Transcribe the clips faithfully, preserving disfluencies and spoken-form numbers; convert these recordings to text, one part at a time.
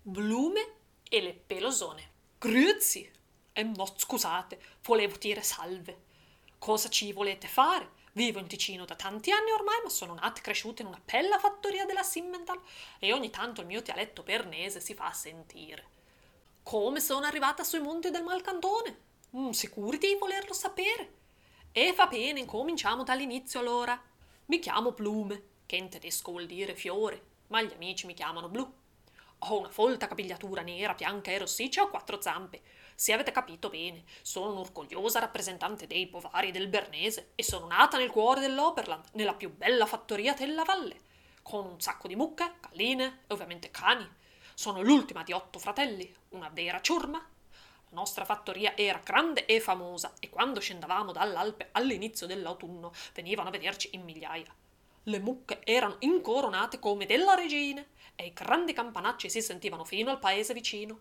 Blume e le pelosone. Grüezi! E no, scusate, volevo dire salve. Cosa ci volete fare? Vivo in Ticino da tanti anni ormai, ma sono nata e cresciuta in una bella fattoria della Simmental e ogni tanto il mio dialetto bernese si fa sentire. Come sono arrivata sui monti del Malcantone? Mm, sicuri di volerlo sapere? E va bene, incominciamo dall'inizio allora. Mi chiamo Blume, che in tedesco vuol dire fiore, ma gli amici mi chiamano Blu. Ho una folta capigliatura nera, bianca e rossiccia e ho quattro zampe. Se avete capito bene, sono un'orgogliosa rappresentante dei bovari del Bernese e sono nata nel cuore dell'Oberland, nella più bella fattoria della valle, con un sacco di mucche, galline e ovviamente cani. Sono l'ultima di otto fratelli, una vera ciurma. La nostra fattoria era grande e famosa e quando scendavamo dall'Alpe all'inizio dell'autunno venivano a vederci in migliaia. Le mucche erano incoronate come della regina e i grandi campanacci si sentivano fino al paese vicino.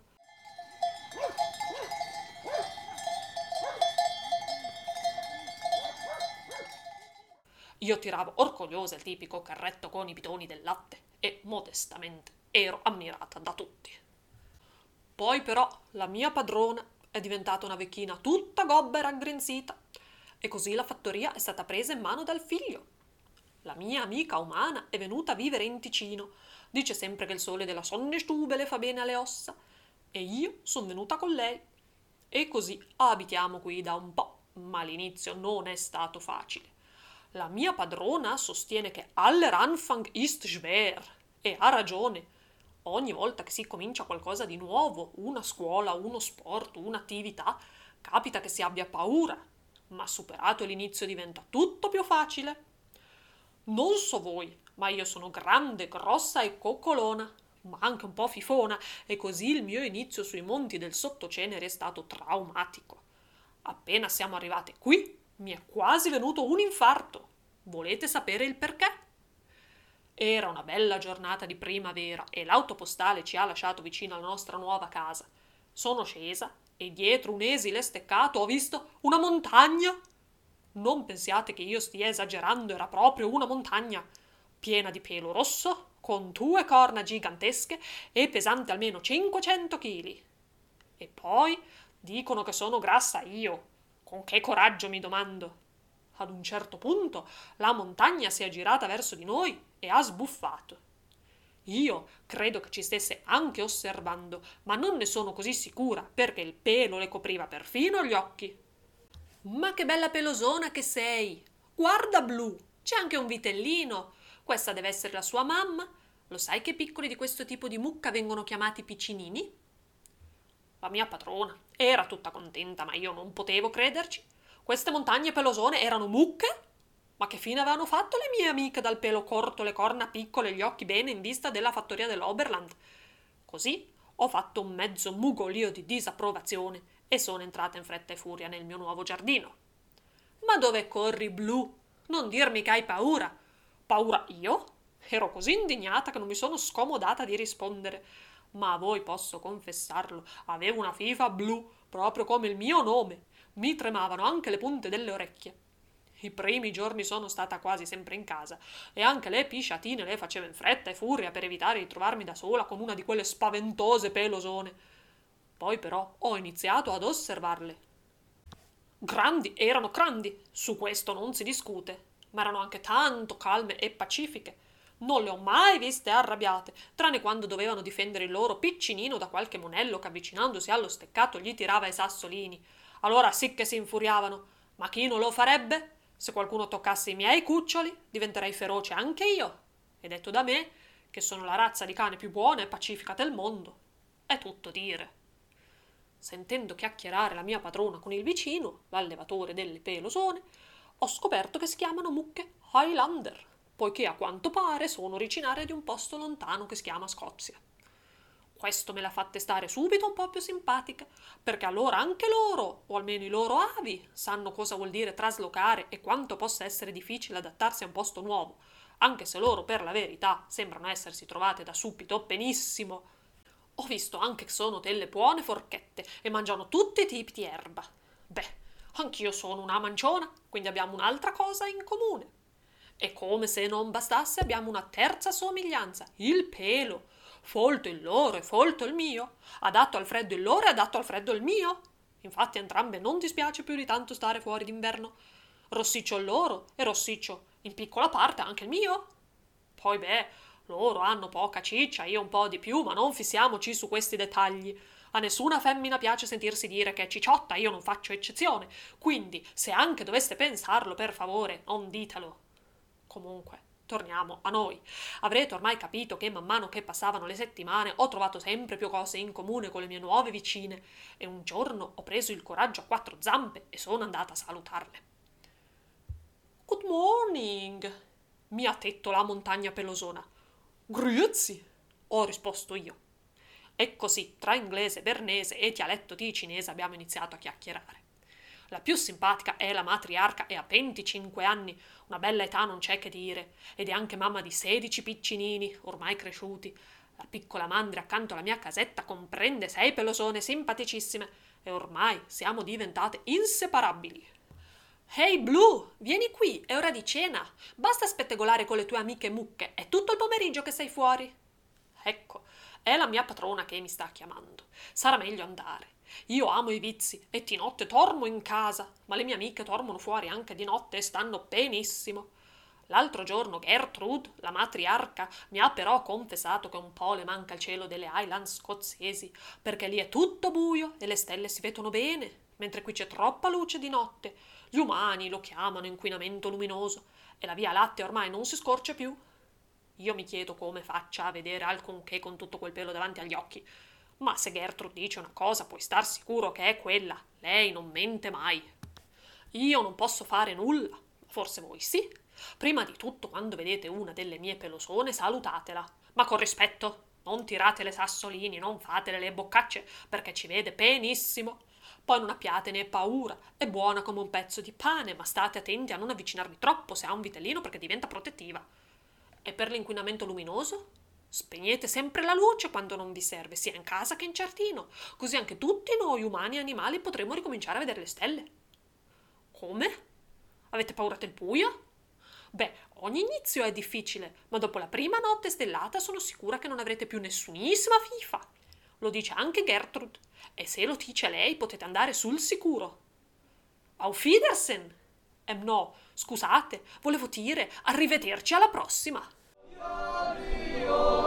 Io tiravo orgogliosa il tipico carretto con i bidoni del latte e, modestamente, ero ammirata da tutti. Poi però la mia padrona è diventata una vecchina tutta gobba e raggrinzita e così la fattoria è stata presa in mano dal figlio. La mia amica umana è venuta a vivere in Ticino, dice sempre che il sole della Sonnenstube le fa bene alle ossa e io sono venuta con lei. E così abitiamo qui da un po', ma l'inizio non è stato facile. La mia padrona sostiene che aller Anfang ist schwer e ha ragione. Ogni volta che si comincia qualcosa di nuovo, una scuola, uno sport, un'attività, capita che si abbia paura, ma superato l'inizio diventa tutto più facile. Non so voi, ma io sono grande, grossa e coccolona, ma anche un po' fifona, e così il mio inizio sui monti del Sottocenere è stato traumatico. Appena siamo arrivate qui, mi è quasi venuto un infarto. Volete sapere il perché? Era una bella giornata di primavera e l'autopostale ci ha lasciato vicino alla nostra nuova casa. Sono scesa e dietro un esile steccato ho visto una montagna. Non pensiate che io stia esagerando, era proprio una montagna, piena di pelo rosso, con due corna gigantesche e pesante almeno cinquecento chili. E poi dicono che sono grassa io. Con che coraggio, mi domando. Ad un certo punto la montagna si è girata verso di noi e ha sbuffato. Io credo che ci stesse anche osservando, ma non ne sono così sicura perché il pelo le copriva perfino gli occhi. Ma che bella pelosona che sei! Guarda Blu, c'è anche un vitellino. Questa deve essere la sua mamma. Lo sai che piccoli di questo tipo di mucca vengono chiamati piccinini? La mia padrona era tutta contenta, ma io non potevo crederci. Queste montagne pelosone erano mucche? Ma che fine avevano fatto le mie amiche dal pelo corto, le corna piccole e gli occhi bene in vista della fattoria dell'Oberland? Così ho fatto un mezzo mugolio di disapprovazione e sono entrata in fretta e furia nel mio nuovo giardino. Ma dove corri, Blu? Non dirmi che hai paura. Paura io? Ero così indignata che non mi sono scomodata di rispondere. Ma a voi posso confessarlo, avevo una fifa blu, proprio come il mio nome. Mi tremavano anche le punte delle orecchie. I primi giorni sono stata quasi sempre in casa e anche le pisciatine le facevo in fretta e furia per evitare di trovarmi da sola con una di quelle spaventose pelosone. Poi però ho iniziato ad osservarle. Grandi erano grandi, su questo non si discute, ma erano anche tanto calme e pacifiche. Non le ho mai viste arrabbiate, tranne quando dovevano difendere il loro piccinino da qualche monello che avvicinandosi allo steccato gli tirava i sassolini. Allora sì che si infuriavano. Ma chi non lo farebbe? Se qualcuno toccasse i miei cuccioli, diventerei feroce anche io. E detto da me, che sono la razza di cane più buona e pacifica del mondo. È tutto dire. Sentendo chiacchierare la mia padrona con il vicino, l'allevatore delle pelosone, ho scoperto che si chiamano mucche Highlander, poiché a quanto pare sono originarie di un posto lontano che si chiama Scozia. Questo me l'ha fatta stare subito un po' più simpatica, perché allora anche loro, o almeno i loro avi, sanno cosa vuol dire traslocare e quanto possa essere difficile adattarsi a un posto nuovo, anche se loro, per la verità, sembrano essersi trovate da subito benissimo. Ho visto anche che sono delle buone forchette e mangiano tutti i tipi di erba. Beh, anch'io sono una manciona, quindi abbiamo un'altra cosa in comune. E come se non bastasse abbiamo una terza somiglianza, il pelo. Folto il loro e folto il mio, adatto al freddo il loro e adatto al freddo il mio. Infatti a entrambe non dispiace più di tanto stare fuori d'inverno. Rossiccio il loro e rossiccio in piccola parte anche il mio. Poi beh, loro hanno poca ciccia, io un po' di più, ma non fissiamoci su questi dettagli. A nessuna femmina piace sentirsi dire che è cicciotta, io non faccio eccezione, quindi se anche doveste pensarlo, per favore, non ditelo. Comunque, torniamo a noi. Avrete ormai capito che man mano che passavano le settimane ho trovato sempre più cose in comune con le mie nuove vicine e un giorno ho preso il coraggio a quattro zampe e sono andata a salutarle. Good morning, mi ha detto la montagna pelosona. Grüezi, ho risposto io. E così, tra inglese, bernese e dialetto di cinese abbiamo iniziato a chiacchierare. La più simpatica è la matriarca e ha venticinque anni, una bella età non c'è che dire, ed è anche mamma di sedici piccinini, ormai cresciuti. La piccola Mandria accanto alla mia casetta comprende sei pelosone simpaticissime e ormai siamo diventate inseparabili. Ehi Blue, vieni qui, è ora di cena. Basta spettegolare con le tue amiche mucche, è tutto il pomeriggio che sei fuori. Ecco, è la mia padrona che mi sta chiamando. Sarà meglio andare. Io amo i vizi e di notte dormo in casa, ma le mie amiche dormono fuori anche di notte e stanno benissimo. L'altro giorno Gertrude, la matriarca, mi ha però confessato che un po' le manca il cielo delle Highlands scozzesi, perché lì è tutto buio e le stelle si vedono bene, mentre qui c'è troppa luce di notte. Gli umani lo chiamano inquinamento luminoso e la Via Lattea ormai non si scorce più. Io mi chiedo come faccia a vedere alcunché con tutto quel pelo davanti agli occhi. Ma se Gertrude dice una cosa, puoi star sicuro che è quella. Lei non mente mai. Io non posso fare nulla. Forse voi sì. Prima di tutto, quando vedete una delle mie pelosone, salutatela. Ma con rispetto. Non tirate le sassolini, non fatele le boccacce, perché ci vede benissimo. Poi non abbiatene paura. È buona come un pezzo di pane, ma state attenti a non avvicinarvi troppo se ha un vitellino perché diventa protettiva. E per l'inquinamento luminoso? Spegnete sempre la luce quando non vi serve, sia in casa che in giardino, così anche tutti noi umani e animali potremo ricominciare a vedere le stelle. Come? Avete paura del buio? Beh, ogni inizio è difficile, ma dopo la prima notte stellata sono sicura che non avrete più nessunissima fifa. Lo dice anche Gertrude, e se lo dice lei potete andare sul sicuro. Auf Wiedersehen! Eh no, scusate, volevo dire arrivederci alla prossima.